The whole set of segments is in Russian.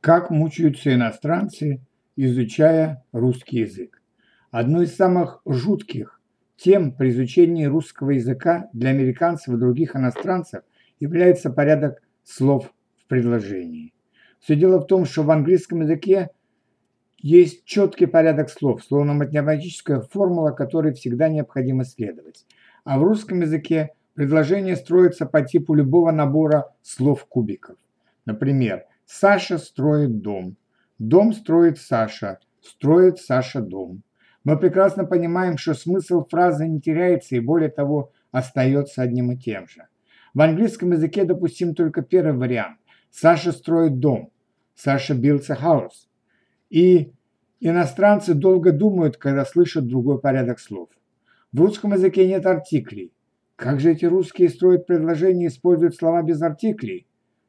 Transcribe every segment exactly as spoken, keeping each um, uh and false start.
Как мучаются иностранцы, изучая русский язык. Одной из самых жутких тем при изучении русского языка для американцев и других иностранцев является порядок слов в предложении. Все дело в том, что в английском языке есть четкий порядок слов, словно математическая формула, которой всегда необходимо следовать. А в русском языке предложение строится по типу любого набора слов-кубиков. Например, Саша строит дом. Дом строит Саша. Строит Саша дом. Мы прекрасно понимаем, что смысл фразы не теряется и, более того, остается одним и тем же. В английском языке допустим только первый вариант. Саша строит дом. Саша builds a house. И иностранцы долго думают, когда слышат другой порядок слов. В русском языке нет артиклей. Как же эти русские строят предложения и используют слова без артиклей?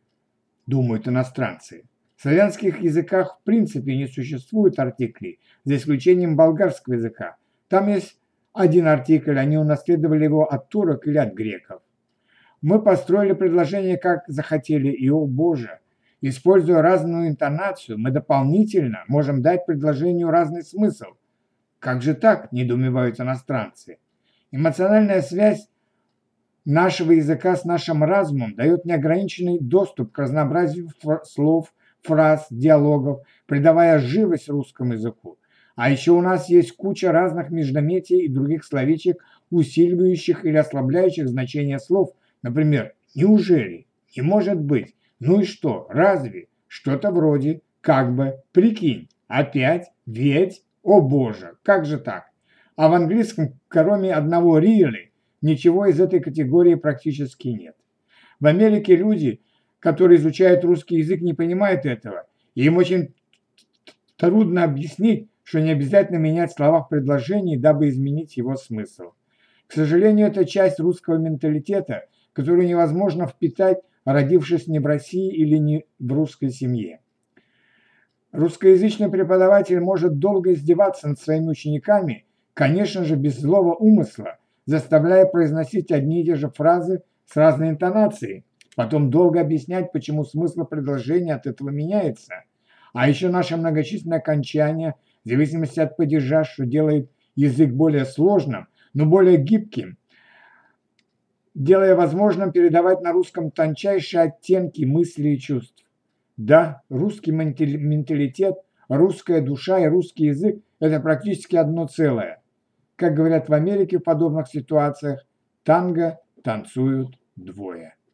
Думают иностранцы. В славянских языках в принципе не существует артиклей, за исключением болгарского языка. Там есть один артикль, они унаследовали его от турок или от греков. Мы построили предложение как захотели, и, о боже, используя разную интонацию, мы дополнительно можем дать предложению разный смысл. Как же так, недоумевают иностранцы. Эмоциональная связь нашего языка с нашим разумом дает неограниченный доступ к разнообразию слов, фраз, диалогов, придавая живость русскому языку. А еще у нас есть куча разных междометий и других словечек, усиливающих или ослабляющих значение слов. Например, неужели, не может быть, ну и что, разве, что-то вроде, как бы, прикинь, опять, ведь, о боже, как же так? А в английском, кроме одного really, ничего из этой категории практически нет. В Америке люди, которые изучают русский язык, не понимают этого. И им очень трудно объяснить, что не обязательно менять слова в предложении, дабы изменить его смысл. К сожалению, это часть русского менталитета, которую невозможно впитать, родившись не в России или не в русской семье. Русскоязычный преподаватель может долго издеваться над своими учениками, конечно же, без злого умысла, заставляя произносить одни и те же фразы с разной интонацией, потом долго объяснять, почему смысл предложения от этого меняется. А еще наши многочисленные окончания, в зависимости от падежа, что делает язык более сложным, но более гибким, делая возможным передавать на русском тончайшие оттенки мыслей и чувств. Да, русский менталитет, русская душа и русский язык – это практически одно целое. Как говорят в Америке в подобных ситуациях, танго танцуют двое.